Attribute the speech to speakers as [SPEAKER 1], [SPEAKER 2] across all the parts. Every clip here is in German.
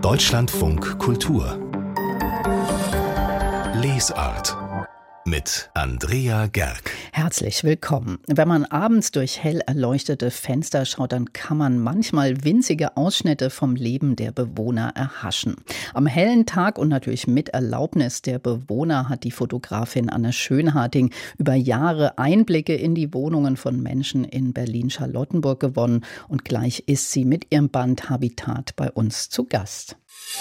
[SPEAKER 1] Deutschlandfunk Kultur Lesart mit Andrea Gerg.
[SPEAKER 2] Herzlich willkommen. Wenn man abends durch hell erleuchtete Fenster schaut, dann kann man manchmal winzige Ausschnitte vom Leben der Bewohner erhaschen. Am hellen Tag und natürlich mit Erlaubnis der Bewohner hat die Fotografin Anne Schönharting über Jahre Einblicke in die Wohnungen von Menschen in Berlin-Charlottenburg gewonnen. Und gleich ist sie mit ihrem Band Habitat bei uns zu Gast.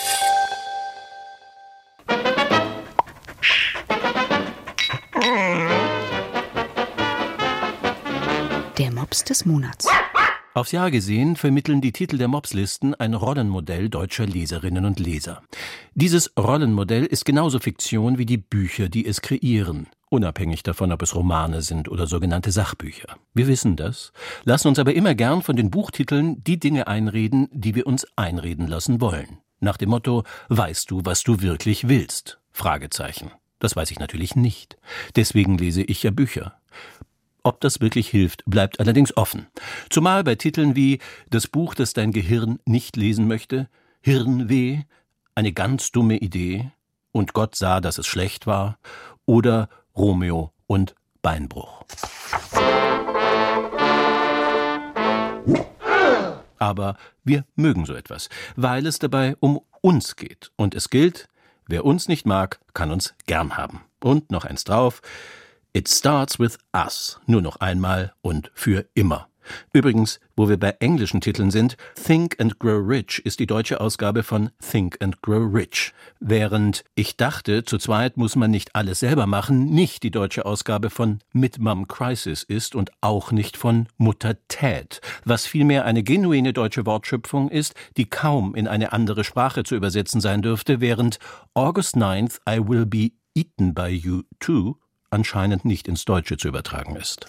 [SPEAKER 3] Der Mops des Monats.
[SPEAKER 4] Aufs Jahr gesehen vermitteln die Titel der Mopslisten ein Rollenmodell deutscher Leserinnen und Leser. Dieses Rollenmodell ist genauso Fiktion wie die Bücher, die es kreieren, unabhängig davon, ob es Romane sind oder sogenannte Sachbücher. Wir wissen das, lassen uns aber immer gern von den Buchtiteln die Dinge einreden, die wir uns einreden lassen wollen. Nach dem Motto, weißt du, was du wirklich willst? Fragezeichen. Das weiß ich natürlich nicht. Deswegen lese ich ja Bücher. Ob das wirklich hilft, bleibt allerdings offen. Zumal bei Titeln wie Das Buch, das dein Gehirn nicht lesen möchte, Hirnweh, Eine ganz dumme Idee und Gott sah, dass es schlecht war oder Romeo und Beinbruch. Aber wir mögen so etwas, weil es dabei um uns geht. Und es gilt, wer uns nicht mag, kann uns gern haben. Und noch eins drauf: It starts with us. Nur noch einmal und für immer. Übrigens, wo wir bei englischen Titeln sind, Think and Grow Rich ist die deutsche Ausgabe von Think and Grow Rich. Während Ich dachte, zu zweit muss man nicht alles selber machen, nicht die deutsche Ausgabe von Mid-Mom Crisis ist und auch nicht von Mutter Tät, was vielmehr eine genuine deutsche Wortschöpfung ist, die kaum in eine andere Sprache zu übersetzen sein dürfte, während August 9th I will be eaten by you too anscheinend nicht ins Deutsche zu übertragen ist.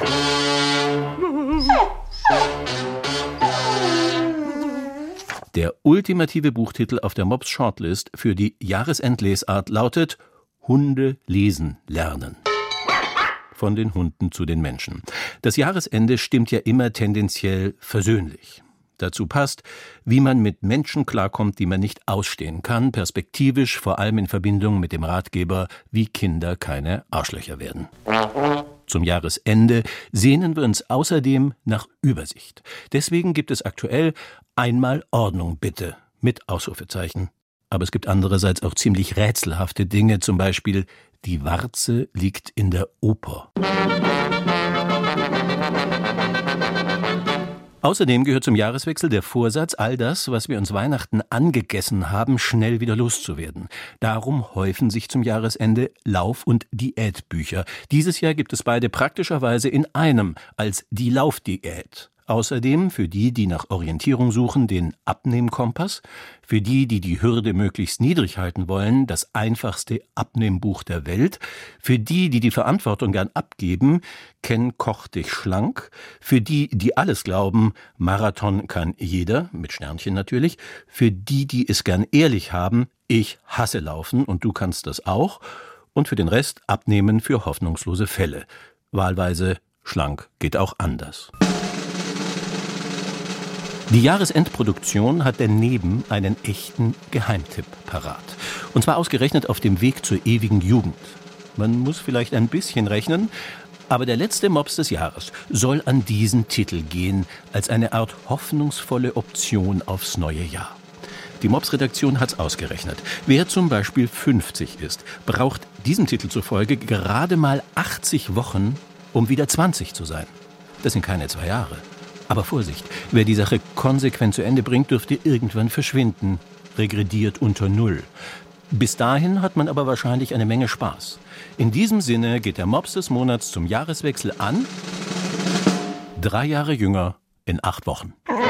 [SPEAKER 4] Der ultimative Buchtitel auf der Mops Shortlist für die Jahresendlesart lautet Hunde lesen lernen. Von den Hunden zu den Menschen. Das Jahresende stimmt ja immer tendenziell versöhnlich. Dazu passt, wie man mit Menschen klarkommt, die man nicht ausstehen kann, perspektivisch, vor allem in Verbindung mit dem Ratgeber, wie Kinder keine Arschlöcher werden. Zum Jahresende sehnen wir uns außerdem nach Übersicht. Deswegen gibt es aktuell einmal Ordnung bitte, mit Ausrufezeichen. Aber es gibt andererseits auch ziemlich rätselhafte Dinge, zum Beispiel die Warze liegt in der Oper. Außerdem gehört zum Jahreswechsel der Vorsatz, all das, was wir uns Weihnachten angegessen haben, schnell wieder loszuwerden. Darum häufen sich zum Jahresende Lauf- und Diätbücher. Dieses Jahr gibt es beide praktischerweise in einem als die Laufdiät. Außerdem für die, die nach Orientierung suchen, den Abnehmkompass, für die, die die Hürde möglichst niedrig halten wollen, das einfachste Abnehmbuch der Welt, für die, die die Verantwortung gern abgeben, Ken kocht dich schlank, für die, die alles glauben, Marathon kann jeder, mit Sternchen natürlich, für die, die es gern ehrlich haben, ich hasse Laufen und du kannst das auch, und für den Rest Abnehmen für hoffnungslose Fälle. Wahlweise schlank geht auch anders. Die Jahresendproduktion hat daneben einen echten Geheimtipp parat. Und zwar ausgerechnet auf dem Weg zur ewigen Jugend. Man muss vielleicht ein bisschen rechnen, aber der letzte Mops des Jahres soll an diesen Titel gehen, als eine Art hoffnungsvolle Option aufs neue Jahr. Die Mops-Redaktion hat's ausgerechnet. Wer zum Beispiel 50 ist, braucht diesem Titel zufolge gerade mal 80 Wochen, um wieder 20 zu sein. Das sind keine 2 Jahre. Aber Vorsicht, wer die Sache konsequent zu Ende bringt, dürfte irgendwann verschwinden, regrediert unter Null. Bis dahin hat man aber wahrscheinlich eine Menge Spaß. In diesem Sinne geht der Mops des Monats zum Jahreswechsel an 3 Jahre jünger in 8 Wochen.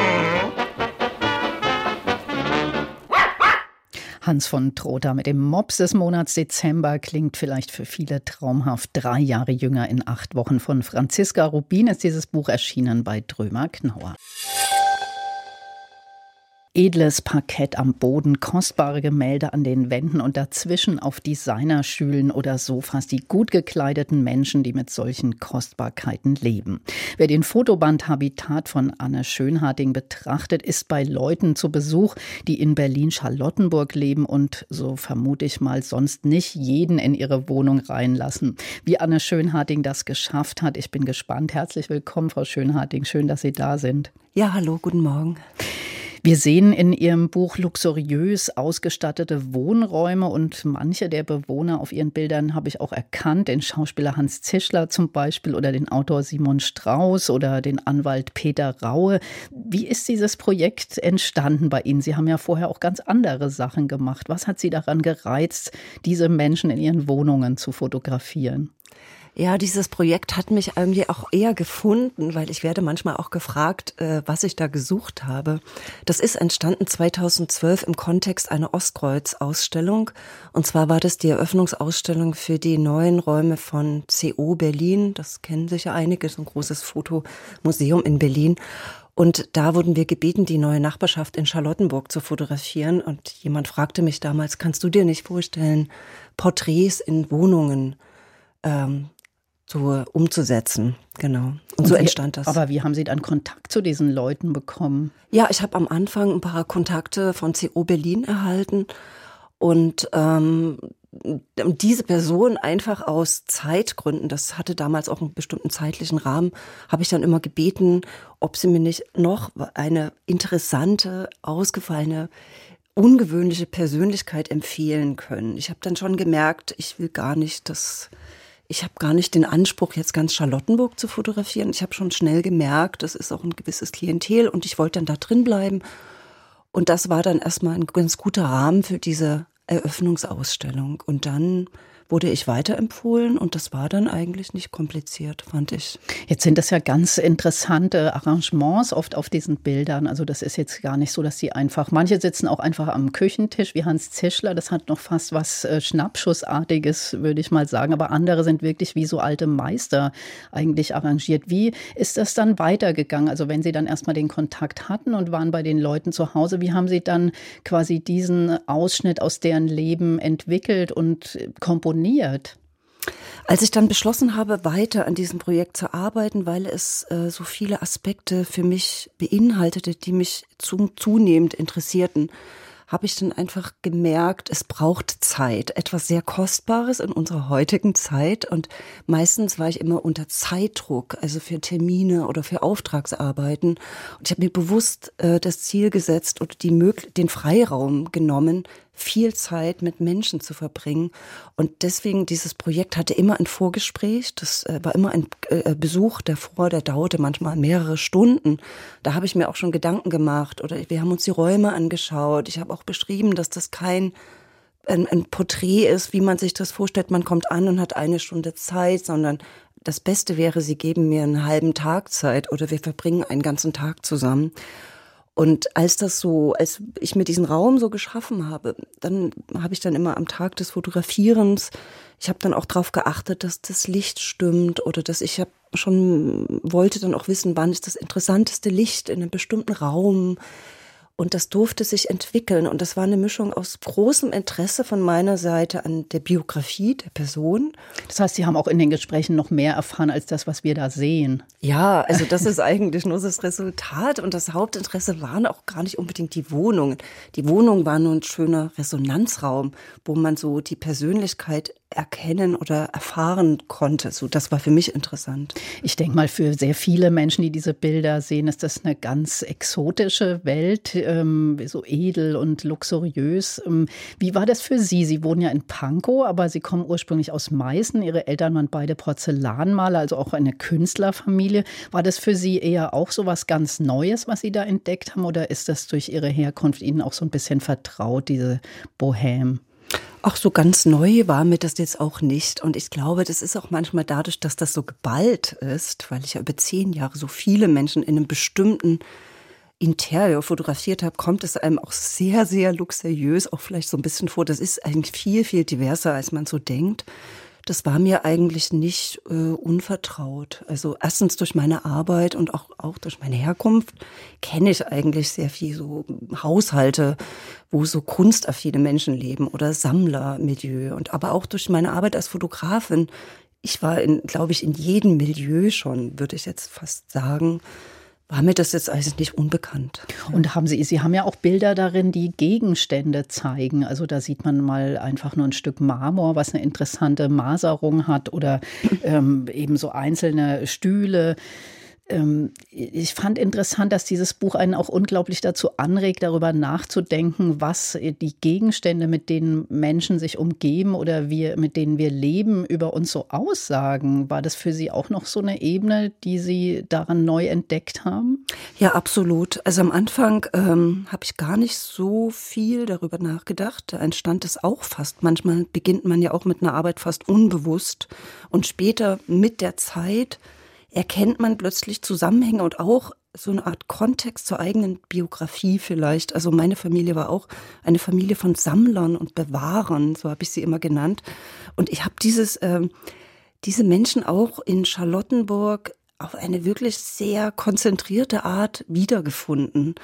[SPEAKER 2] Hans von Trotha mit dem Mops des Monats Dezember klingt vielleicht für viele traumhaft. 3 Jahre jünger in 8 Wochen. Von Franziska Rubin ist dieses Buch erschienen bei Drömer Knauer. Edles Parkett am Boden, kostbare Gemälde an den Wänden und dazwischen auf Designerstühlen oder Sofas die gut gekleideten Menschen, die mit solchen Kostbarkeiten leben. Wer den Fotoband Habitat von Anne Schönharding betrachtet, ist bei Leuten zu Besuch, die in Berlin-Charlottenburg leben und, so vermute ich mal, sonst nicht jeden in ihre Wohnung reinlassen. Wie Anne Schönharding das geschafft hat, ich bin gespannt. Herzlich willkommen, Frau Schönharding. Schön, dass Sie da sind.
[SPEAKER 5] Ja, hallo, guten Morgen.
[SPEAKER 2] Wir sehen in Ihrem Buch luxuriös ausgestattete Wohnräume und manche der Bewohner auf Ihren Bildern habe ich auch erkannt. Den Schauspieler Hans Zischler zum Beispiel oder den Autor Simon Strauß oder den Anwalt Peter Raue. Wie ist dieses Projekt entstanden bei Ihnen? Sie haben ja vorher auch ganz andere Sachen gemacht. Was hat Sie daran gereizt, diese Menschen in ihren Wohnungen zu fotografieren?
[SPEAKER 5] Ja, dieses Projekt hat mich irgendwie auch eher gefunden, weil ich werde manchmal auch gefragt, was ich da gesucht habe. Das ist entstanden 2012 im Kontext einer Ostkreuz-Ausstellung. Und zwar war das die Eröffnungsausstellung für die neuen Räume von CO Berlin. Das kennen sicher einige, so ein großes Fotomuseum in Berlin. Und da wurden wir gebeten, die neue Nachbarschaft in Charlottenburg zu fotografieren. Und jemand fragte mich damals, kannst du dir nicht vorstellen, Porträts in Wohnungen so umzusetzen, genau. Und so entstand das.
[SPEAKER 2] Aber wie haben Sie dann Kontakt zu diesen Leuten bekommen?
[SPEAKER 5] Ja, ich habe am Anfang ein paar Kontakte von CO Berlin erhalten und diese Person einfach aus Zeitgründen, das hatte damals auch einen bestimmten zeitlichen Rahmen, habe ich dann immer gebeten, ob sie mir nicht noch eine interessante, ausgefallene, ungewöhnliche Persönlichkeit empfehlen können. Ich habe dann schon gemerkt, ich habe gar nicht den Anspruch, jetzt ganz Charlottenburg zu fotografieren. Ich habe schon schnell gemerkt, das ist auch ein gewisses Klientel und ich wollte dann da drin bleiben. Und das war dann erstmal ein ganz guter Rahmen für diese Eröffnungsausstellung. Und dann wurde ich weiterempfohlen und das war dann eigentlich nicht kompliziert, fand ich.
[SPEAKER 2] Jetzt sind das ja ganz interessante Arrangements oft auf diesen Bildern. Also das ist jetzt gar nicht so, dass sie einfach, manche sitzen auch einfach am Küchentisch wie Hans Zischler. Das hat noch fast was Schnappschussartiges, würde ich mal sagen. Aber andere sind wirklich wie so alte Meister eigentlich arrangiert. Wie ist das dann weitergegangen? Also wenn Sie dann erstmal den Kontakt hatten und waren bei den Leuten zu Hause, wie haben Sie dann quasi diesen Ausschnitt aus deren Leben entwickelt und komponiert?
[SPEAKER 5] Als ich dann beschlossen habe, weiter an diesem Projekt zu arbeiten, weil es so viele Aspekte für mich beinhaltete, die mich zunehmend interessierten, habe ich dann einfach gemerkt, es braucht Zeit. Etwas sehr Kostbares in unserer heutigen Zeit. Und meistens war ich immer unter Zeitdruck, also für Termine oder für Auftragsarbeiten. Und ich habe mir bewusst das Ziel gesetzt oder den Freiraum genommen, viel Zeit mit Menschen zu verbringen. Und deswegen, dieses Projekt hatte immer ein Vorgespräch. Das war immer ein Besuch davor, der dauerte manchmal mehrere Stunden. Da habe ich mir auch schon Gedanken gemacht oder wir haben uns die Räume angeschaut. Ich habe auch beschrieben, dass das kein ein Porträt ist, wie man sich das vorstellt. Man kommt an und hat eine Stunde Zeit, sondern das Beste wäre, Sie geben mir einen halben Tag Zeit oder wir verbringen einen ganzen Tag zusammen. Und als ich mir diesen Raum so geschaffen habe, dann habe ich dann immer am Tag des Fotografierens, ich habe dann auch darauf geachtet, dass das Licht stimmt oder dass wollte dann auch wissen, wann ist das interessanteste Licht in einem bestimmten Raum. Und das durfte sich entwickeln. Und das war eine Mischung aus großem Interesse von meiner Seite an der Biografie der Person.
[SPEAKER 2] Das heißt, Sie haben auch in den Gesprächen noch mehr erfahren als das, was wir da sehen.
[SPEAKER 5] Ja, also das ist eigentlich nur das Resultat. Und das Hauptinteresse waren auch gar nicht unbedingt die Wohnungen. Die Wohnung war nur ein schöner Resonanzraum, wo man so die Persönlichkeit erkennen oder erfahren konnte. So, das war für mich interessant.
[SPEAKER 2] Ich denke mal, für sehr viele Menschen, die diese Bilder sehen, ist das eine ganz exotische Welt, so edel und luxuriös. Wie war das für Sie? Sie wohnen ja in Pankow, aber Sie kommen ursprünglich aus Meißen. Ihre Eltern waren beide Porzellanmaler, also auch eine Künstlerfamilie. War das für Sie eher auch so was ganz Neues, was Sie da entdeckt haben? Oder ist das durch Ihre Herkunft Ihnen auch so ein bisschen vertraut, diese Bohème?
[SPEAKER 5] Ach, so ganz neu war mir das jetzt auch nicht. Und ich glaube, das ist auch manchmal dadurch, dass das so geballt ist, weil ich ja über 10 Jahre so viele Menschen in einem bestimmten Interieur fotografiert habe, kommt es einem auch sehr, sehr luxuriös auch vielleicht so ein bisschen vor. Das ist eigentlich viel, viel diverser, als man so denkt. das war mir eigentlich nicht unvertraut. Also erstens durch meine Arbeit und auch durch meine Herkunft kenne ich eigentlich sehr viel so Haushalte, wo so kunstaffine Menschen leben oder Sammlermilieu. Und aber auch durch meine Arbeit als Fotografin. Ich war, glaube ich, in jedem Milieu schon, würde ich jetzt fast sagen. War mir das jetzt eigentlich nicht unbekannt.
[SPEAKER 2] Und Sie haben ja auch Bilder darin, die Gegenstände zeigen. Also da sieht man mal einfach nur ein Stück Marmor, was eine interessante Maserung hat oder eben so einzelne Stühle. Ich fand interessant, dass dieses Buch einen auch unglaublich dazu anregt, darüber nachzudenken, was die Gegenstände, mit denen Menschen sich umgeben oder mit denen wir leben, über uns so aussagen. War das für Sie auch noch so eine Ebene, die Sie daran neu entdeckt haben?
[SPEAKER 5] Ja, absolut. Also am Anfang habe ich gar nicht so viel darüber nachgedacht. Da entstand es auch fast. Manchmal beginnt man ja auch mit einer Arbeit fast unbewusst. Und später mit der Zeit erkennt man plötzlich Zusammenhänge und auch so eine Art Kontext zur eigenen Biografie vielleicht. Also meine Familie war auch eine Familie von Sammlern und Bewahrern, so habe ich sie immer genannt. Und ich habe diese Menschen auch in Charlottenburg auf eine wirklich sehr konzentrierte Art wiedergefunden.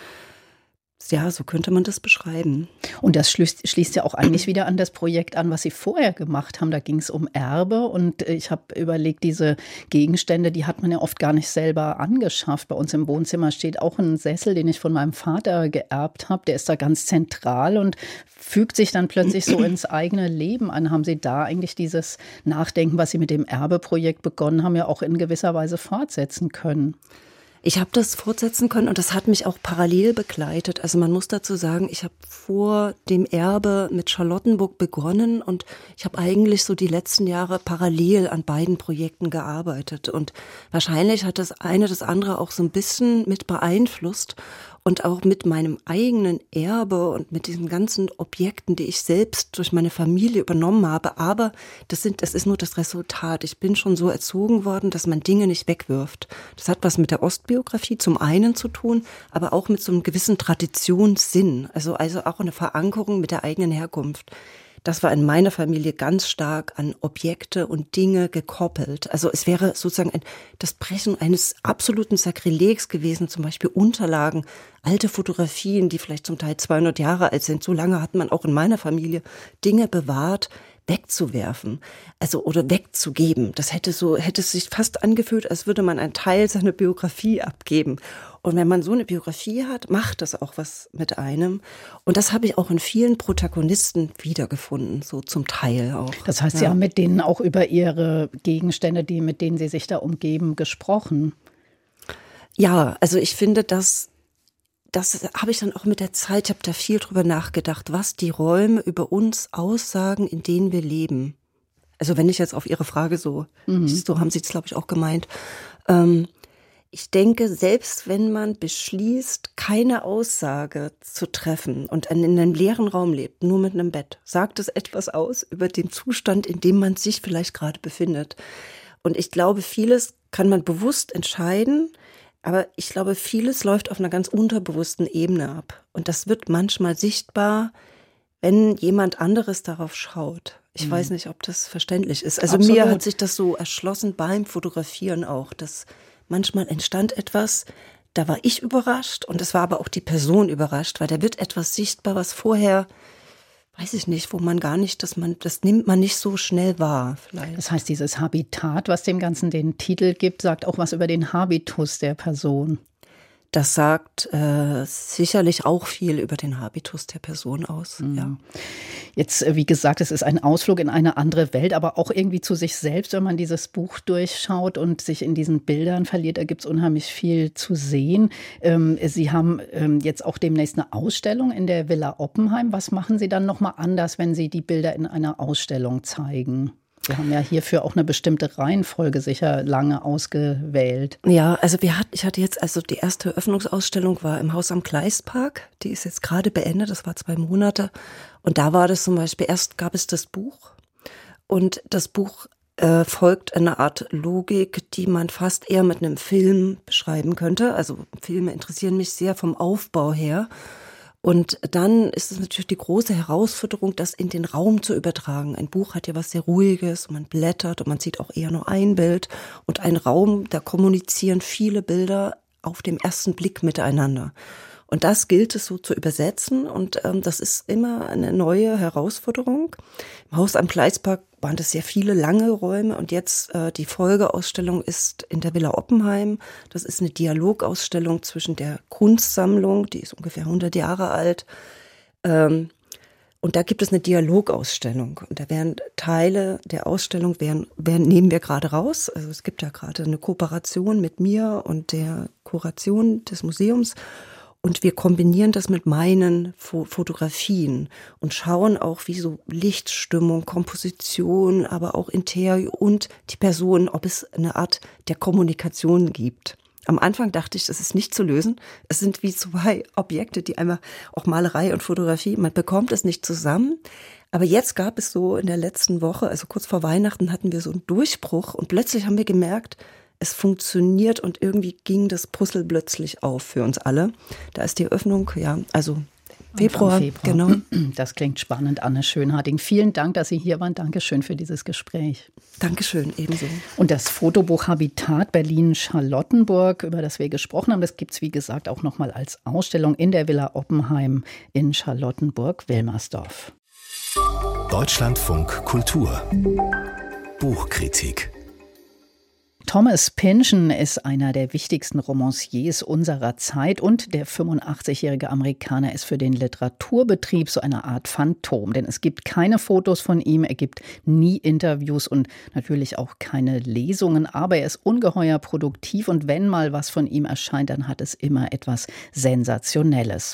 [SPEAKER 5] Ja, so könnte man das beschreiben.
[SPEAKER 2] Und das schließt ja auch eigentlich wieder an das Projekt an, was Sie vorher gemacht haben. Da ging es um Erbe und ich habe überlegt, diese Gegenstände, die hat man ja oft gar nicht selber angeschafft. Bei uns im Wohnzimmer steht auch ein Sessel, den ich von meinem Vater geerbt habe. Der ist da ganz zentral und fügt sich dann plötzlich so ins eigene Leben an. Haben Sie da eigentlich dieses Nachdenken, was Sie mit dem Erbeprojekt begonnen haben, ja auch in gewisser Weise fortsetzen können?
[SPEAKER 5] Ich habe das fortsetzen können und das hat mich auch parallel begleitet. Also man muss dazu sagen, ich habe vor dem Erbe mit Charlottenburg begonnen und ich habe eigentlich so die letzten Jahre parallel an beiden Projekten gearbeitet. Und wahrscheinlich hat das eine das andere auch so ein bisschen mit beeinflusst. Und auch mit meinem eigenen Erbe und mit diesen ganzen Objekten, die ich selbst durch meine Familie übernommen habe. Aber das ist nur das Resultat. Ich bin schon so erzogen worden, dass man Dinge nicht wegwirft. Das hat was mit der Ostbiografie zum einen zu tun, aber auch mit so einem gewissen Traditionssinn. Also auch eine Verankerung mit der eigenen Herkunft. Das war in meiner Familie ganz stark an Objekte und Dinge gekoppelt. Also es wäre sozusagen das Brechen eines absoluten Sakrilegs gewesen, zum Beispiel Unterlagen, alte Fotografien, die vielleicht zum Teil 200 Jahre alt sind. So lange hat man auch in meiner Familie Dinge bewahrt, wegzuwerfen, also oder wegzugeben. Das hätte sich fast angefühlt, als würde man einen Teil seiner Biografie abgeben. Und wenn man so eine Biografie hat, macht das auch was mit einem. Und das habe ich auch in vielen Protagonisten wiedergefunden, so zum Teil auch.
[SPEAKER 2] Das heißt, Sie haben mit denen auch über Ihre Gegenstände, mit denen Sie sich da umgeben, gesprochen.
[SPEAKER 5] Ja, also ich finde, das habe ich dann auch mit der Zeit, ich habe da viel drüber nachgedacht, was die Räume über uns aussagen, in denen wir leben. Also wenn ich jetzt auf Ihre Frage so haben Sie es, glaube ich, auch gemeint. Ich denke, selbst wenn man beschließt, keine Aussage zu treffen und in einem leeren Raum lebt, nur mit einem Bett, sagt es etwas aus über den Zustand, in dem man sich vielleicht gerade befindet. Und ich glaube, vieles kann man bewusst entscheiden, aber ich glaube, vieles läuft auf einer ganz unterbewussten Ebene ab. Und das wird manchmal sichtbar, wenn jemand anderes darauf schaut. Ich weiß nicht, ob das verständlich ist. Also
[SPEAKER 2] Absolut.
[SPEAKER 5] Mir hat sich das so erschlossen beim Fotografieren auch, dass manchmal entstand etwas, da war ich überrascht und es war aber auch die Person überrascht, weil da wird etwas sichtbar, was vorher, weiß ich nicht, wo man gar nicht, das nimmt man nicht so schnell wahr. Vielleicht.
[SPEAKER 2] Das heißt, dieses Habitat, was dem Ganzen den Titel gibt, sagt auch was über den Habitus der Person.
[SPEAKER 5] Das sagt sicherlich auch viel über den Habitus der Person aus. Ja.
[SPEAKER 2] Jetzt, wie gesagt, es ist ein Ausflug in eine andere Welt, aber auch irgendwie zu sich selbst, wenn man dieses Buch durchschaut und sich in diesen Bildern verliert, da gibt es unheimlich viel zu sehen. Sie haben jetzt auch demnächst eine Ausstellung in der Villa Oppenheim. Was machen Sie dann nochmal anders, wenn Sie die Bilder in einer Ausstellung zeigen? Sie haben ja hierfür auch eine bestimmte Reihenfolge sicher lange ausgewählt.
[SPEAKER 5] Ja, also ich hatte jetzt, also die erste Eröffnungsausstellung war im Haus am Gleispark. Die ist jetzt gerade beendet, das war 2 Monate. Und da war das zum Beispiel, erst gab es das Buch. Und das Buch folgt einer Art Logik, die man fast eher mit einem Film beschreiben könnte. Also Filme interessieren mich sehr vom Aufbau her. Und dann ist es natürlich die große Herausforderung, das in den Raum zu übertragen. Ein Buch hat ja was sehr Ruhiges, man blättert und man sieht auch eher nur ein Bild. Und ein Raum, da kommunizieren viele Bilder auf dem ersten Blick miteinander. Und das gilt es so zu übersetzen und das ist immer eine neue Herausforderung. Im Haus am Gleispark waren das sehr viele lange Räume und jetzt die Folgeausstellung ist in der Villa Oppenheim. Das ist eine Dialogausstellung zwischen der Kunstsammlung, die ist ungefähr 100 Jahre alt, und da gibt es eine Dialogausstellung und da werden Teile der Ausstellung nehmen wir gerade raus. Also es gibt ja gerade eine Kooperation mit mir und der Kuration des Museums. Und wir kombinieren das mit meinen Fotografien und schauen auch, wie so Lichtstimmung, Komposition, aber auch Interieur und die Person, ob es eine Art der Kommunikation gibt. Am Anfang dachte ich, das ist nicht zu lösen. Es sind wie zwei Objekte, die einmal auch Malerei und Fotografie, man bekommt es nicht zusammen. Aber jetzt gab es so in der letzten Woche, also kurz vor Weihnachten, hatten wir so einen Durchbruch und plötzlich haben wir gemerkt, es funktioniert und irgendwie ging das Puzzle plötzlich auf für uns alle. Da ist die Öffnung, ja, also Februar. Genau.
[SPEAKER 2] Das klingt spannend, Anne Schönharding. Vielen Dank, dass Sie hier waren. Dankeschön für dieses Gespräch.
[SPEAKER 5] Dankeschön, ebenso.
[SPEAKER 2] Und das Fotobuch Habitat Berlin-Charlottenburg, über das wir gesprochen haben, das gibt es, wie gesagt, auch nochmal als Ausstellung in der Villa Oppenheim in Charlottenburg-Wilmersdorf.
[SPEAKER 1] Deutschlandfunk Kultur Buchkritik.
[SPEAKER 2] Thomas Pynchon ist einer der wichtigsten Romanciers unserer Zeit und der 85-jährige Amerikaner ist für den Literaturbetrieb so eine Art Phantom, denn es gibt keine Fotos von ihm, er gibt nie Interviews und natürlich auch keine Lesungen, aber er ist ungeheuer produktiv und wenn mal was von ihm erscheint, dann hat es immer etwas Sensationelles.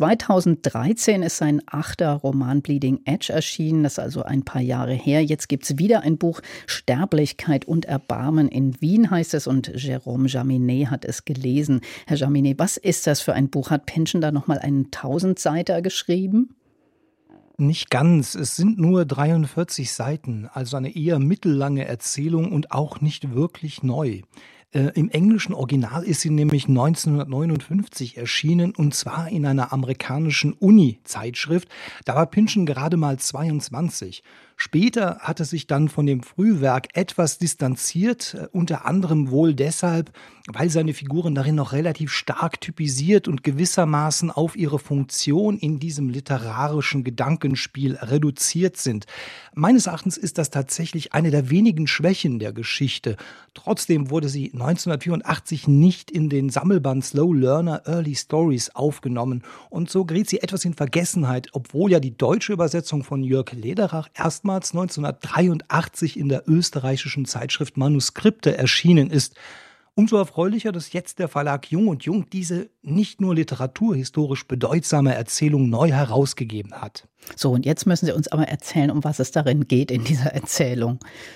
[SPEAKER 2] 2013 ist sein 8. Roman Bleeding Edge erschienen, das ist also ein paar Jahre her. Jetzt gibt es wieder ein Buch Sterblichkeit und Erbarmen in Wien heißt es und Jérôme Jaminet hat es gelesen. Herr Jaminet, was ist das für ein Buch? Hat Pynchon da nochmal einen 1000-Seiter geschrieben?
[SPEAKER 6] Nicht ganz, es sind nur 43 Seiten, also eine eher mittellange Erzählung und auch nicht wirklich neu. Im englischen Original ist sie nämlich 1959 erschienen und zwar in einer amerikanischen Uni-Zeitschrift. Da war Pynchon gerade mal 22. Später hat er sich dann von dem Frühwerk etwas distanziert, unter anderem wohl deshalb, weil seine Figuren darin noch relativ stark typisiert und gewissermaßen auf ihre Funktion in diesem literarischen Gedankenspiel reduziert sind. Meines Erachtens ist das tatsächlich eine der wenigen Schwächen der Geschichte. Trotzdem wurde sie 1984 nicht in den Sammelband Slow Learner Early Stories aufgenommen und so gerät sie etwas in Vergessenheit, obwohl ja die deutsche Übersetzung von Jörg Lederach erstmals 1983 in der österreichischen Zeitschrift Manuskripte erschienen ist. Umso erfreulicher, dass jetzt der Verlag Jung & Jung diese nicht nur literaturhistorisch bedeutsame Erzählung neu herausgegeben hat.
[SPEAKER 2] So, und jetzt müssen Sie uns aber erzählen, um was es darin geht in dieser Erzählung.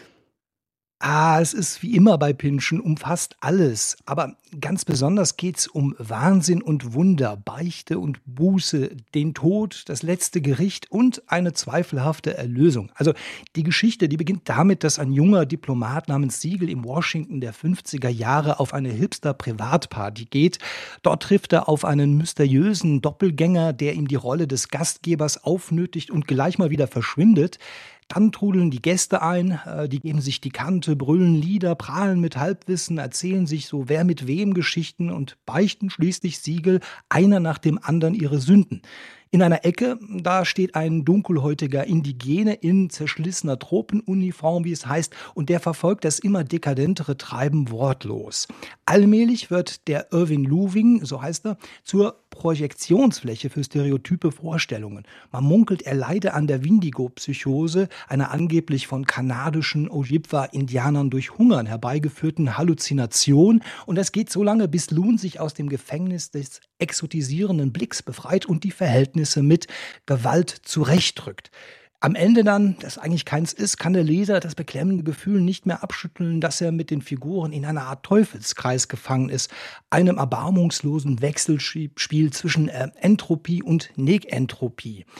[SPEAKER 6] Es ist wie immer bei Pynchon, umfasst alles. Aber ganz besonders geht's um Wahnsinn und Wunder, Beichte und Buße, den Tod, das letzte Gericht und eine zweifelhafte Erlösung. Also die Geschichte, die beginnt damit, dass ein junger Diplomat namens Siegel im Washington der 50er Jahre auf eine Hipster-Privatparty geht. Dort trifft er auf einen mysteriösen Doppelgänger, der ihm die Rolle des Gastgebers aufnötigt und gleich mal wieder verschwindet. Dann trudeln die Gäste ein, die geben sich die Kante, brüllen Lieder, prahlen mit Halbwissen, erzählen sich so wer mit wem Geschichten und beichten schließlich Siegel einer nach dem anderen ihre Sünden. In einer Ecke, da steht ein dunkelhäutiger Indigene in zerschlissener Tropenuniform, wie es heißt, und der verfolgt das immer dekadentere Treiben wortlos. Allmählich wird der Irving Looving, so heißt er, zur Projektionsfläche für stereotype Vorstellungen. Man munkelt, er leide an der Windigo-Psychose, einer angeblich von kanadischen Ojibwa-Indianern durch Hungern herbeigeführten Halluzination. Und das geht so lange, bis Loon sich aus dem Gefängnis des exotisierenden Blicks befreit und die Verhältnisse mit Gewalt zurechtrückt. Am Ende dann, das eigentlich keins ist, kann der Leser das beklemmende Gefühl nicht mehr abschütteln, dass er mit den Figuren in einer Art Teufelskreis gefangen ist, einem erbarmungslosen Wechselspiel zwischen Entropie und Negentropie.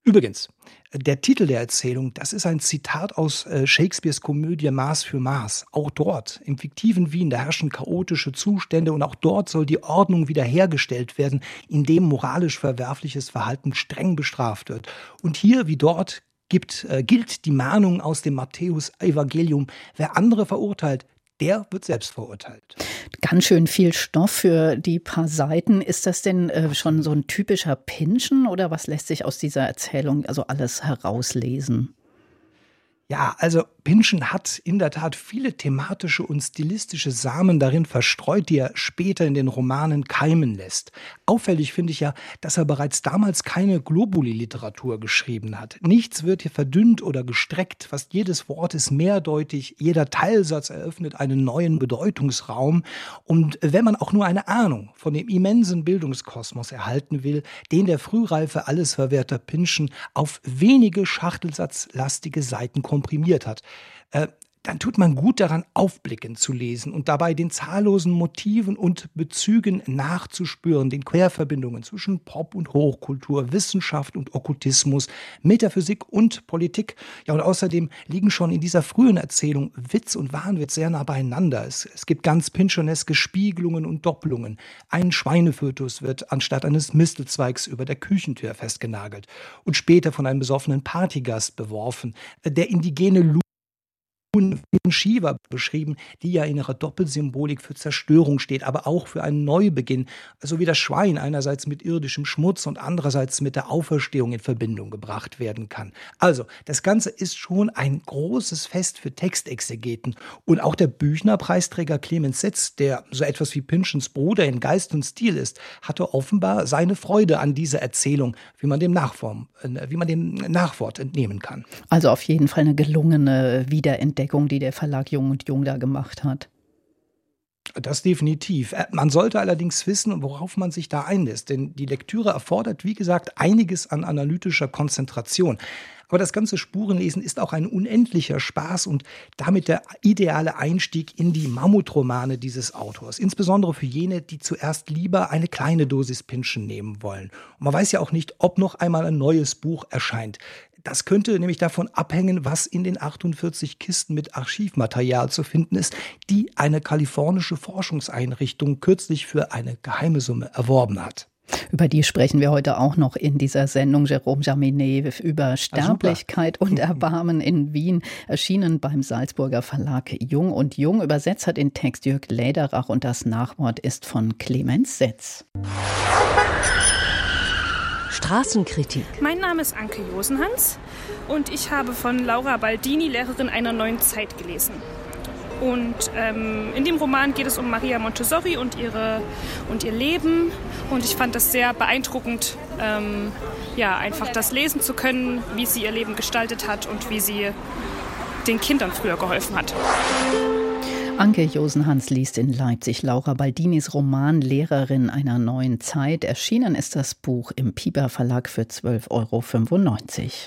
[SPEAKER 6] Übrigens, der Titel der Erzählung, das ist ein Zitat aus Shakespeares Komödie Maß für Maß. Auch dort, im fiktiven Wien, da herrschen chaotische Zustände und auch dort soll die Ordnung wiederhergestellt werden, indem moralisch verwerfliches Verhalten streng bestraft wird. Und hier wie dort gilt die Mahnung aus dem Matthäus-Evangelium: Wer andere verurteilt, der wird selbst verurteilt.
[SPEAKER 2] Ganz schön viel Stoff für die paar Seiten. Ist das denn schon so ein typischer Pynchon oder was lässt sich aus dieser Erzählung also alles herauslesen?
[SPEAKER 6] Ja, also Pynchon hat in der Tat viele thematische und stilistische Samen darin verstreut, die er später in den Romanen keimen lässt. Auffällig finde ich ja, dass er bereits damals keine Globuli-Literatur geschrieben hat. Nichts wird hier verdünnt oder gestreckt, fast jedes Wort ist mehrdeutig, jeder Teilsatz eröffnet einen neuen Bedeutungsraum. Und wenn man auch nur eine Ahnung von dem immensen Bildungskosmos erhalten will, den der frühreife Allesverwerter Pynchon auf wenige schachtelsatzlastige Seiten komprimiert hat, dann tut man gut daran, aufblickend zu lesen und dabei den zahllosen Motiven und Bezügen nachzuspüren, den Querverbindungen zwischen Pop- und Hochkultur, Wissenschaft und Okkultismus, Metaphysik und Politik. Ja, und außerdem liegen schon in dieser frühen Erzählung Witz und Wahnwitz sehr nah beieinander. Es gibt ganz Pynchoneske Spiegelungen und Doppelungen. Ein Schweinefötus wird anstatt eines Mistelzweigs über der Küchentür festgenagelt und später von einem besoffenen Partygast beworfen. Der indigene Shiva beschrieben, die ja in ihrer Doppelsymbolik für Zerstörung steht, aber auch für einen Neubeginn, so wie das Schwein einerseits mit irdischem Schmutz und andererseits mit der Auferstehung in Verbindung gebracht werden kann. Also, das Ganze ist schon ein großes Fest für Textexegeten. Und auch der Büchner-Preisträger Clemens Setz, der so etwas wie Pynchons Bruder in Geist und Stil ist, hatte offenbar seine Freude an dieser Erzählung, wie man dem Nachwort entnehmen kann.
[SPEAKER 2] Also auf jeden Fall eine gelungene Wiederentdeckung, die der Verlag Jung und Jung da gemacht hat.
[SPEAKER 6] Das definitiv. Man sollte allerdings wissen, worauf man sich da einlässt, denn die Lektüre erfordert, wie gesagt, einiges an analytischer Konzentration. Aber das ganze Spurenlesen ist auch ein unendlicher Spaß und damit der ideale Einstieg in die Mammutromane dieses Autors. Insbesondere für jene, die zuerst lieber eine kleine Dosis Pynchon nehmen wollen. Und man weiß ja auch nicht, ob noch einmal ein neues Buch erscheint. Das könnte nämlich davon abhängen, was in den 48 Kisten mit Archivmaterial zu finden ist, die eine kalifornische Forschungseinrichtung kürzlich für eine geheime Summe erworben hat.
[SPEAKER 2] Über die sprechen wir heute auch noch in dieser Sendung. Jérôme Jaminet über Sterblichkeit und Erbarmen in Wien, erschienen beim Salzburger Verlag Jung und Jung. Übersetzt hat den Text Jörg Läderach und das Nachwort ist von Clemens Setz.
[SPEAKER 3] Straßenkritik.
[SPEAKER 7] Mein Name ist Anke Josenhans und ich habe von Laura Baldini, Lehrerin einer neuen Zeit, gelesen. Und in dem Roman geht es um Maria Montessori und ihr Leben. Und ich fand das sehr beeindruckend, einfach das lesen zu können, wie sie ihr Leben gestaltet hat und wie sie den Kindern früher geholfen hat.
[SPEAKER 2] Anke Josenhans liest in Leipzig Laura Baldinis Roman Lehrerin einer neuen Zeit. Erschienen ist das Buch im Piper Verlag für 12,95 €.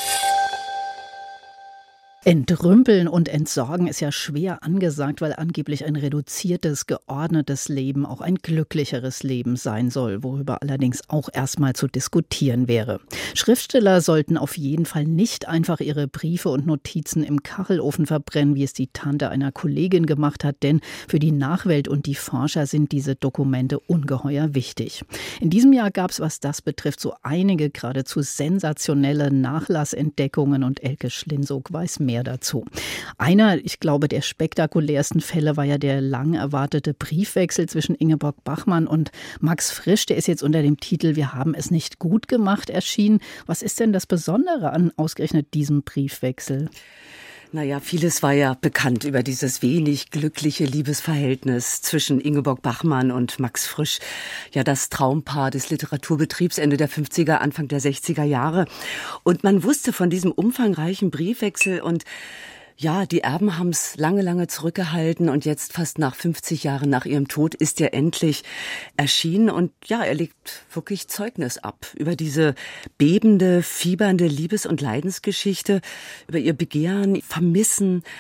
[SPEAKER 2] Entrümpeln und entsorgen ist ja schwer angesagt, weil angeblich ein reduziertes, geordnetes Leben auch ein glücklicheres Leben sein soll, worüber allerdings auch erstmal zu diskutieren wäre. Schriftsteller sollten auf jeden Fall nicht einfach ihre Briefe und Notizen im Kachelofen verbrennen, wie es die Tante einer Kollegin gemacht hat, denn für die Nachwelt und die Forscher sind diese Dokumente ungeheuer wichtig. In diesem Jahr gab es, was das betrifft, so einige geradezu sensationelle Nachlassentdeckungen und Elke Schlinzog weiß mehr dazu. Einer, ich glaube, der spektakulärsten Fälle war ja der lang erwartete Briefwechsel zwischen Ingeborg Bachmann und Max Frisch. Der ist jetzt unter dem Titel "Wir haben es nicht gut gemacht" erschienen. Was ist denn das Besondere an ausgerechnet diesem Briefwechsel?
[SPEAKER 5] Naja, vieles war ja bekannt über dieses wenig glückliche Liebesverhältnis zwischen Ingeborg Bachmann und Max Frisch. Ja, das Traumpaar des Literaturbetriebs Ende der 50er, Anfang der 60er Jahre. Und man wusste von diesem umfangreichen Briefwechsel und ja, die Erben haben es lange zurückgehalten und jetzt fast nach 50 Jahren nach ihrem Tod ist er endlich erschienen und ja, er legt wirklich Zeugnis ab über diese bebende, fiebernde Liebes- und Leidensgeschichte, über ihr Begehren, Vermissen,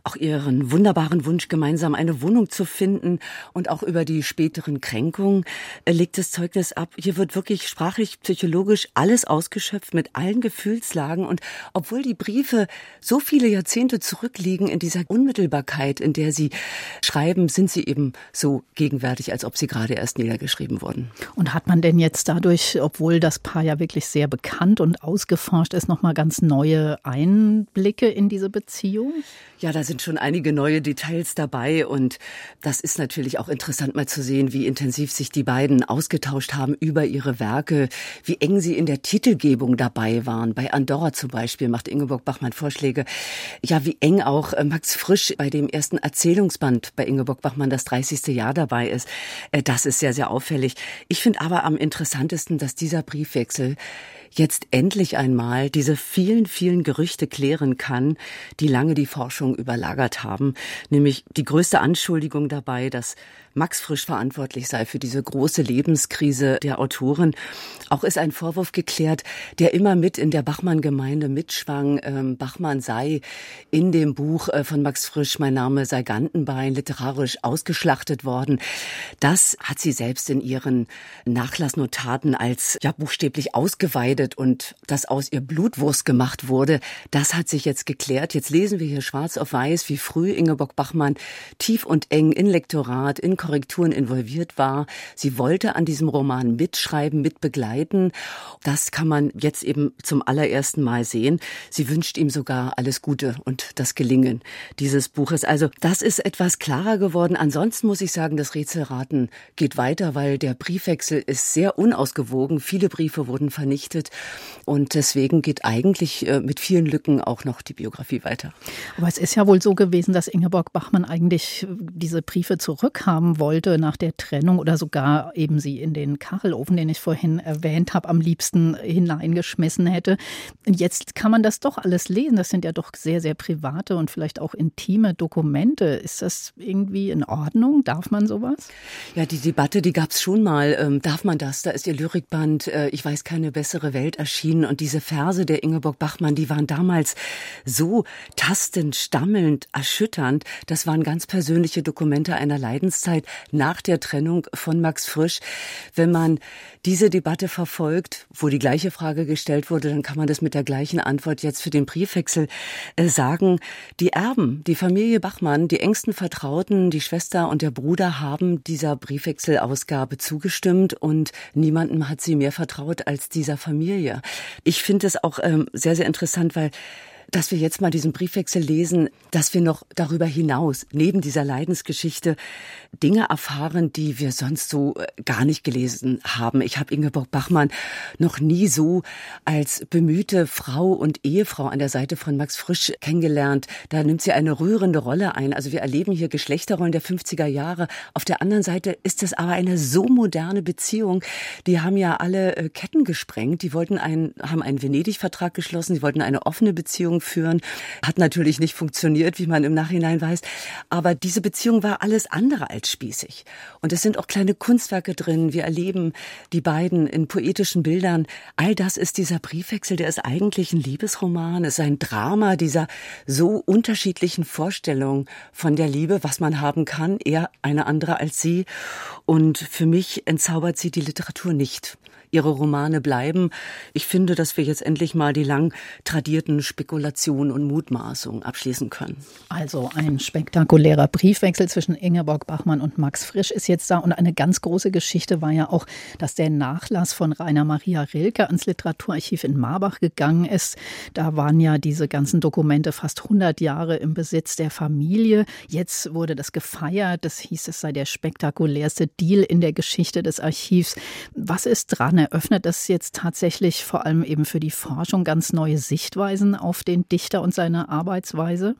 [SPEAKER 8] auch ihren wunderbaren Wunsch, gemeinsam eine Wohnung zu finden und auch über die späteren Kränkungen legt das Zeugnis ab. Hier wird wirklich sprachlich, psychologisch alles ausgeschöpft mit allen Gefühlslagen. Und obwohl die Briefe so viele Jahrzehnte zurückliegen, in dieser Unmittelbarkeit, in der sie schreiben, sind sie eben so gegenwärtig, als ob sie gerade erst niedergeschrieben wurden.
[SPEAKER 2] Und hat man denn jetzt dadurch, obwohl das Paar ja wirklich sehr bekannt und ausgeforscht ist, nochmal ganz neue Einblicke in diese Beziehung?
[SPEAKER 8] Ja, da sind schon einige neue Details dabei und das ist natürlich auch interessant mal zu sehen, wie intensiv sich die beiden ausgetauscht haben über ihre Werke, wie eng sie in der Titelgebung dabei waren. Bei Andorra zum Beispiel macht Ingeborg Bachmann Vorschläge. Ja, wie eng auch Max Frisch bei dem ersten Erzählungsband bei Ingeborg Bachmann das 30. Jahr dabei ist. Das ist sehr, sehr auffällig. Ich finde aber am interessantesten, dass dieser Briefwechsel jetzt endlich einmal diese vielen, vielen Gerüchte klären kann, die lange die Forschung überlagert haben. Nämlich die größte Anschuldigung dabei, dass Max Frisch verantwortlich sei für diese große Lebenskrise der Autorin. Auch ist ein Vorwurf geklärt, der immer mit in der Bachmann-Gemeinde mitschwang. Bachmann sei in dem Buch von Max Frisch, Mein Name sei Gantenbein, literarisch ausgeschlachtet worden. Das hat sie selbst in ihren Nachlassnotaten als ja buchstäblich ausgeweidet und das aus ihr Blutwurst gemacht wurde. Das hat sich jetzt geklärt. Jetzt lesen wir hier schwarz auf weiß, wie früh Ingeborg Bachmann tief und eng in Lektorat, in Korrekturen involviert war. Sie wollte an diesem Roman mitschreiben, mitbegleiten. Das kann man jetzt eben zum allerersten Mal sehen. Sie wünscht ihm sogar alles Gute und das Gelingen dieses Buches. Also das ist etwas klarer geworden. Ansonsten muss ich sagen, das Rätselraten geht weiter, weil der Briefwechsel ist sehr unausgewogen. Viele Briefe wurden vernichtet und deswegen geht eigentlich mit vielen Lücken auch noch die Biografie weiter.
[SPEAKER 2] Aber es ist ja wohl so gewesen, dass Ingeborg Bachmann eigentlich diese Briefe zurückhaben wollte nach der Trennung oder sogar eben sie in den Kachelofen, den ich vorhin erwähnt habe, am liebsten hineingeschmissen hätte. Jetzt kann man das doch alles lesen. Das sind ja doch sehr, sehr private und vielleicht auch intime Dokumente. Ist das irgendwie in Ordnung? Darf man sowas?
[SPEAKER 8] Ja, die Debatte, die gab es schon mal. Darf man das? Da ist ihr Lyrikband Ich weiß keine bessere Welt erschienen. Und diese Verse der Ingeborg Bachmann, die waren damals so tastend, stammelnd, erschütternd. Das waren ganz persönliche Dokumente einer Leidenszeit nach der Trennung von Max Frisch. Wenn man diese Debatte verfolgt, wo die gleiche Frage gestellt wurde, dann kann man das mit der gleichen Antwort jetzt für den Briefwechsel sagen. Die Erben, die Familie Bachmann, die engsten Vertrauten, die Schwester und der Bruder haben dieser Briefwechselausgabe zugestimmt und niemandem hat sie mehr vertraut als dieser Familie. Ich finde es auch sehr, sehr interessant, weil dass wir jetzt mal diesen Briefwechsel lesen, dass wir noch darüber hinaus, neben dieser Leidensgeschichte, Dinge erfahren, die wir sonst so gar nicht gelesen haben. Ich habe Ingeborg Bachmann noch nie so als bemühte Frau und Ehefrau an der Seite von Max Frisch kennengelernt. Da nimmt sie eine rührende Rolle ein. Also wir erleben hier Geschlechterrollen der 50er Jahre. Auf der anderen Seite ist es aber eine so moderne Beziehung. Die haben ja alle Ketten gesprengt. Die haben einen Venedig-Vertrag geschlossen. Sie wollten eine offene Beziehung führen. Hat natürlich nicht funktioniert, wie man im Nachhinein weiß. Aber diese Beziehung war alles andere als spießig. Und es sind auch kleine Kunstwerke drin. Wir erleben die beiden in poetischen Bildern. All das ist dieser Briefwechsel, der ist eigentlich ein Liebesroman. Es ist ein Drama dieser so unterschiedlichen Vorstellungen von der Liebe, was man haben kann. Er eine andere als sie. Und für mich entzaubert sie die Literatur nicht. Ihre Romane bleiben. Ich finde, dass wir jetzt endlich mal die lang tradierten Spekulationen und Mutmaßungen abschließen können.
[SPEAKER 2] Also ein spektakulärer Briefwechsel zwischen Ingeborg Bachmann und Max Frisch ist jetzt da. Und eine ganz große Geschichte war ja auch, dass der Nachlass von Rainer Maria Rilke ans Literaturarchiv in Marbach gegangen ist. Da waren ja diese ganzen Dokumente fast 100 Jahre im Besitz der Familie. Jetzt wurde das gefeiert. Das hieß, es sei der spektakulärste Deal in der Geschichte des Archivs. Was ist dran? Eröffnet das jetzt tatsächlich vor allem eben für die Forschung ganz neue Sichtweisen auf den Dichter und seine Arbeitsweise?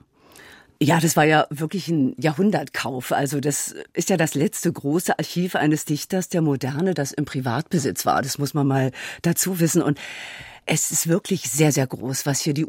[SPEAKER 8] Ja, das war ja wirklich ein Jahrhundertkauf. Also das ist ja das letzte große Archiv eines Dichters der Moderne, das im Privatbesitz war. Das muss man mal dazu wissen. Und es ist wirklich sehr, sehr groß, was hier die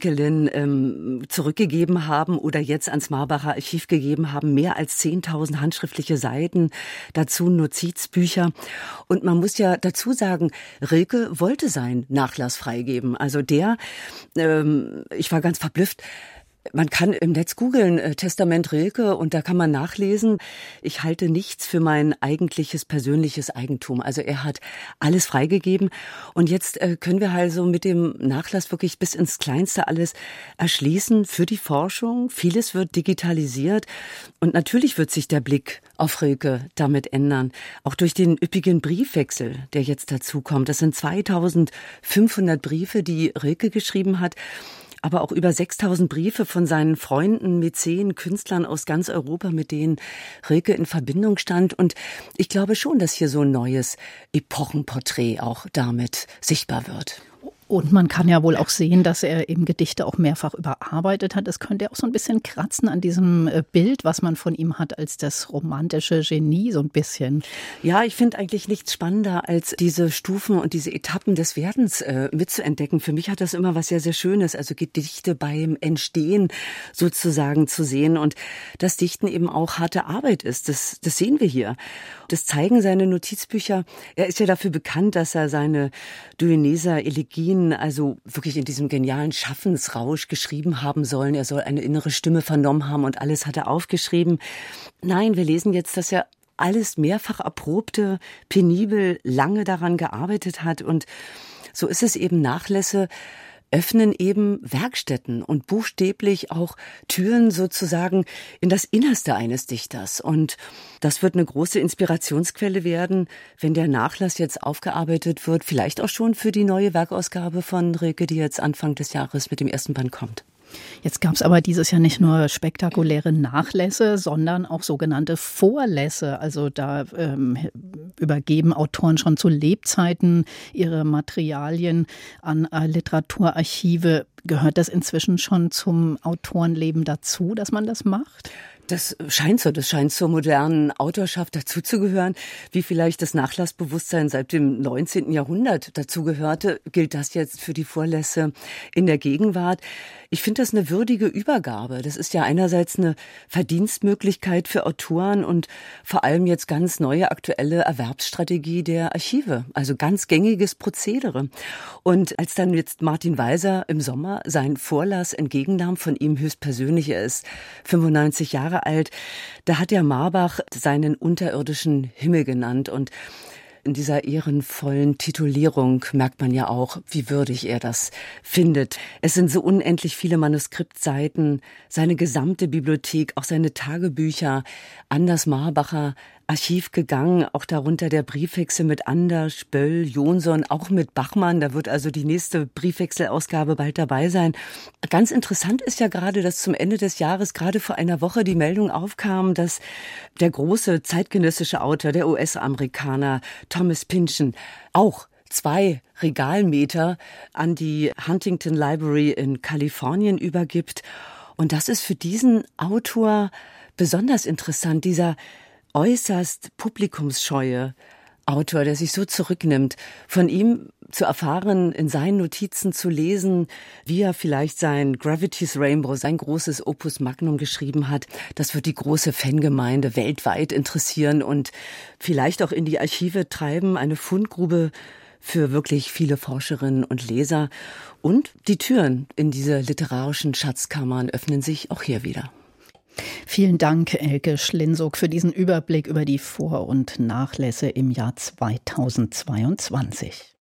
[SPEAKER 8] Urenkelin zurückgegeben haben oder jetzt ans Marbacher Archiv gegeben haben. Mehr als 10.000 handschriftliche Seiten, dazu Notizbücher. Und man muss ja dazu sagen, Rilke wollte seinen Nachlass freigeben. Also ich war ganz verblüfft, Man kann im Netz googeln, Testament Rilke, und da kann man nachlesen, ich halte nichts für mein eigentliches persönliches Eigentum. Also er hat alles freigegeben. Und jetzt können wir also mit dem Nachlass wirklich bis ins Kleinste alles erschließen für die Forschung. Vieles wird digitalisiert. Und natürlich wird sich der Blick auf Rilke damit ändern. Auch durch den üppigen Briefwechsel, der jetzt dazu kommt. Das sind 2500 Briefe, die Rilke geschrieben hat. Aber auch über 6000 Briefe von seinen Freunden, Mäzen, Künstlern aus ganz Europa, mit denen Rilke in Verbindung stand. Und ich glaube schon, dass hier so ein neues Epochenporträt auch damit sichtbar wird.
[SPEAKER 2] Und man kann ja wohl auch sehen, dass er eben Gedichte auch mehrfach überarbeitet hat. Es könnte auch so ein bisschen kratzen an diesem Bild, was man von ihm hat als das romantische Genie, so ein bisschen.
[SPEAKER 8] Ja, ich finde eigentlich nichts spannender, als diese Stufen und diese Etappen des Werdens mitzuentdecken. Für mich hat das immer was sehr, sehr Schönes, also Gedichte beim Entstehen sozusagen zu sehen und dass Dichten eben auch harte Arbeit ist. Das sehen wir hier. Das zeigen seine Notizbücher. Er ist ja dafür bekannt, dass er seine Dueneser Elegien also wirklich in diesem genialen Schaffensrausch geschrieben haben sollen. Er soll eine innere Stimme vernommen haben und alles hat er aufgeschrieben. Nein, wir lesen jetzt, dass er alles mehrfach erprobte, penibel, lange daran gearbeitet hat. Und so ist es eben, Nachlässe öffnen eben Werkstätten und buchstäblich auch Türen sozusagen in das Innerste eines Dichters. Und das wird eine große Inspirationsquelle werden, wenn der Nachlass jetzt aufgearbeitet wird, vielleicht auch schon für die neue Werkausgabe von Rilke, die jetzt Anfang des Jahres mit dem ersten Band kommt.
[SPEAKER 2] Jetzt gab es aber dieses Jahr nicht nur spektakuläre Nachlässe, sondern auch sogenannte Vorlässe. Also da übergeben Autoren schon zu Lebzeiten ihre Materialien an Literaturarchive. Gehört das inzwischen schon zum Autorenleben dazu, dass man das macht?
[SPEAKER 8] Das scheint zur modernen Autorschaft dazuzugehören, wie vielleicht das Nachlassbewusstsein seit dem 19. Jahrhundert dazugehörte, gilt das jetzt für die Vorlässe in der Gegenwart. Ich finde das eine würdige Übergabe. Das ist ja einerseits eine Verdienstmöglichkeit für Autoren und vor allem jetzt ganz neue aktuelle Erwerbsstrategie der Archive, also ganz gängiges Prozedere. Und als dann jetzt Martin Walser im Sommer seinen Vorlass entgegennahm, von ihm höchstpersönlich, er ist 95 Jahre alt, da hat der Marbach seinen unterirdischen Himmel genannt. Und in dieser ehrenvollen Titulierung merkt man ja auch, wie würdig er das findet. Es sind so unendlich viele Manuskriptseiten, seine gesamte Bibliothek, auch seine Tagebücher an das Marbacher Archiv gegangen, auch darunter der Briefwechsel mit Anders, Böll, Jonsson, auch mit Bachmann. Da wird also die nächste Briefwechselausgabe bald dabei sein. Ganz interessant ist ja gerade, dass zum Ende des Jahres, gerade vor einer Woche, die Meldung aufkam, dass der große zeitgenössische Autor, der US-Amerikaner Thomas Pynchon, auch 2 Regalmeter an die Huntington Library in Kalifornien übergibt. Und das ist für diesen Autor besonders interessant, dieser äußerst publikumsscheue Autor, der sich so zurücknimmt, von ihm zu erfahren, in seinen Notizen zu lesen, wie er vielleicht sein Gravity's Rainbow, sein großes Opus Magnum geschrieben hat. Das wird die große Fangemeinde weltweit interessieren und vielleicht auch in die Archive treiben, eine Fundgrube für wirklich viele Forscherinnen und Leser. Und die Türen in diese literarischen Schatzkammern öffnen sich auch hier wieder.
[SPEAKER 2] Vielen Dank, Elke Schlinzog, für diesen Überblick über die Vor- und Nachlässe im Jahr 2022.